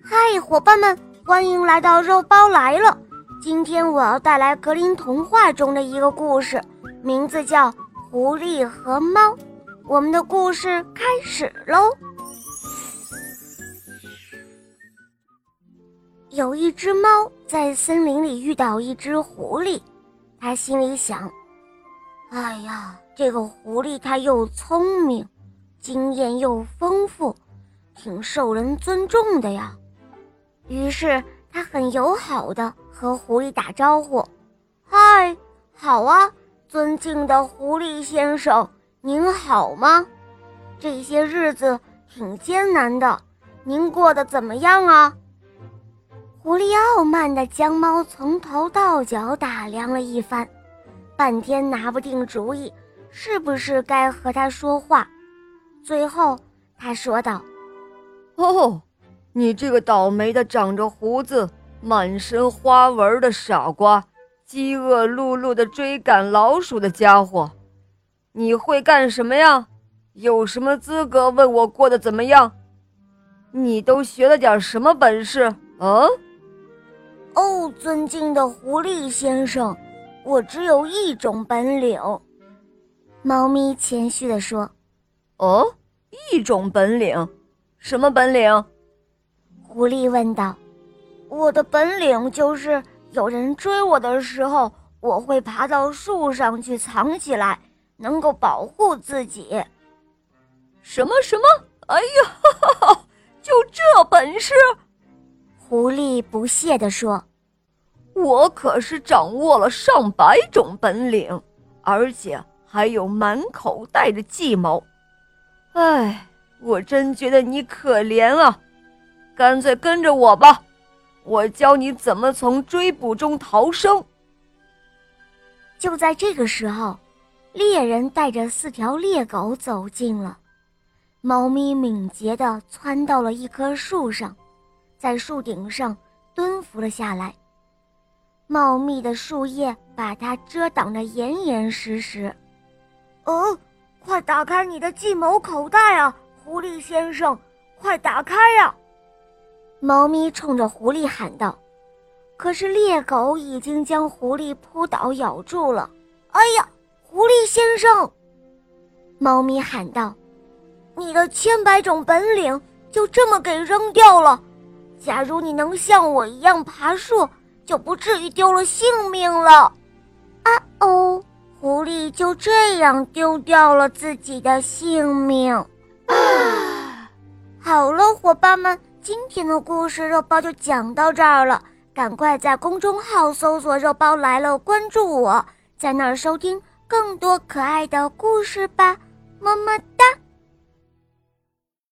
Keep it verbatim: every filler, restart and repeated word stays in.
嗨，伙伴们，欢迎来到肉包来了。今天我要带来格林童话中的一个故事，名字叫《狐狸和猫》。我们的故事开始喽。有一只猫在森林里遇到一只狐狸，它心里想，哎呀，这个狐狸它又聪明，经验又丰富，挺受人尊重的呀。于是他很友好地和狐狸打招呼，嗨，好啊，尊敬的狐狸先生，您好吗？这些日子挺艰难的，您过得怎么样啊？狐狸傲慢地将猫从头到脚打量了一番，半天拿不定主意，是不是该和他说话。最后他说道， 哦，你这个倒霉的长着胡子、满身花纹的傻瓜，饥饿碌碌地追赶老鼠的家伙，你会干什么呀？有什么资格问我过得怎么样？你都学了点什么本事啊？ 哦，尊敬的狐狸先生，我只有一种本领。猫咪谦虚地说。 哦，一种本领？什么本领？ 狐狸问道。我的本领就是有人追我的时候，我会爬到树上去藏起来，能够保护自己。 什么什么？哎呀，哈哈哈，就这本事？ 狐狸不屑地说， 我可是掌握了上百种本领，而且还有满口袋的计谋。哎，我真觉得你可怜啊，干脆跟着我吧，我教你怎么从追捕中逃生。 就在这个时候，猎人带着四条猎狗走近了。猫咪敏捷地窜到了一棵树上，在树顶上蹲伏了下来。茂密的树叶把它遮挡得严严实实。哦，快打开你的计谋口袋啊，狐狸先生，快打开呀！猫咪冲着狐狸喊道。可是猎狗已经将狐狸扑倒咬住了。哎呀，狐狸先生！猫咪喊道，你的千百种本领就这么给扔掉了。假如你能像我一样爬树，就不至于丢了性命了。啊哦，狐狸就这样丢掉了自己的性命。啊，好了，伙伴们，今天的故事肉包就讲到这儿了。赶快在公众号搜索肉包来了，关注我，在那儿收听更多可爱的故事吧，么么哒。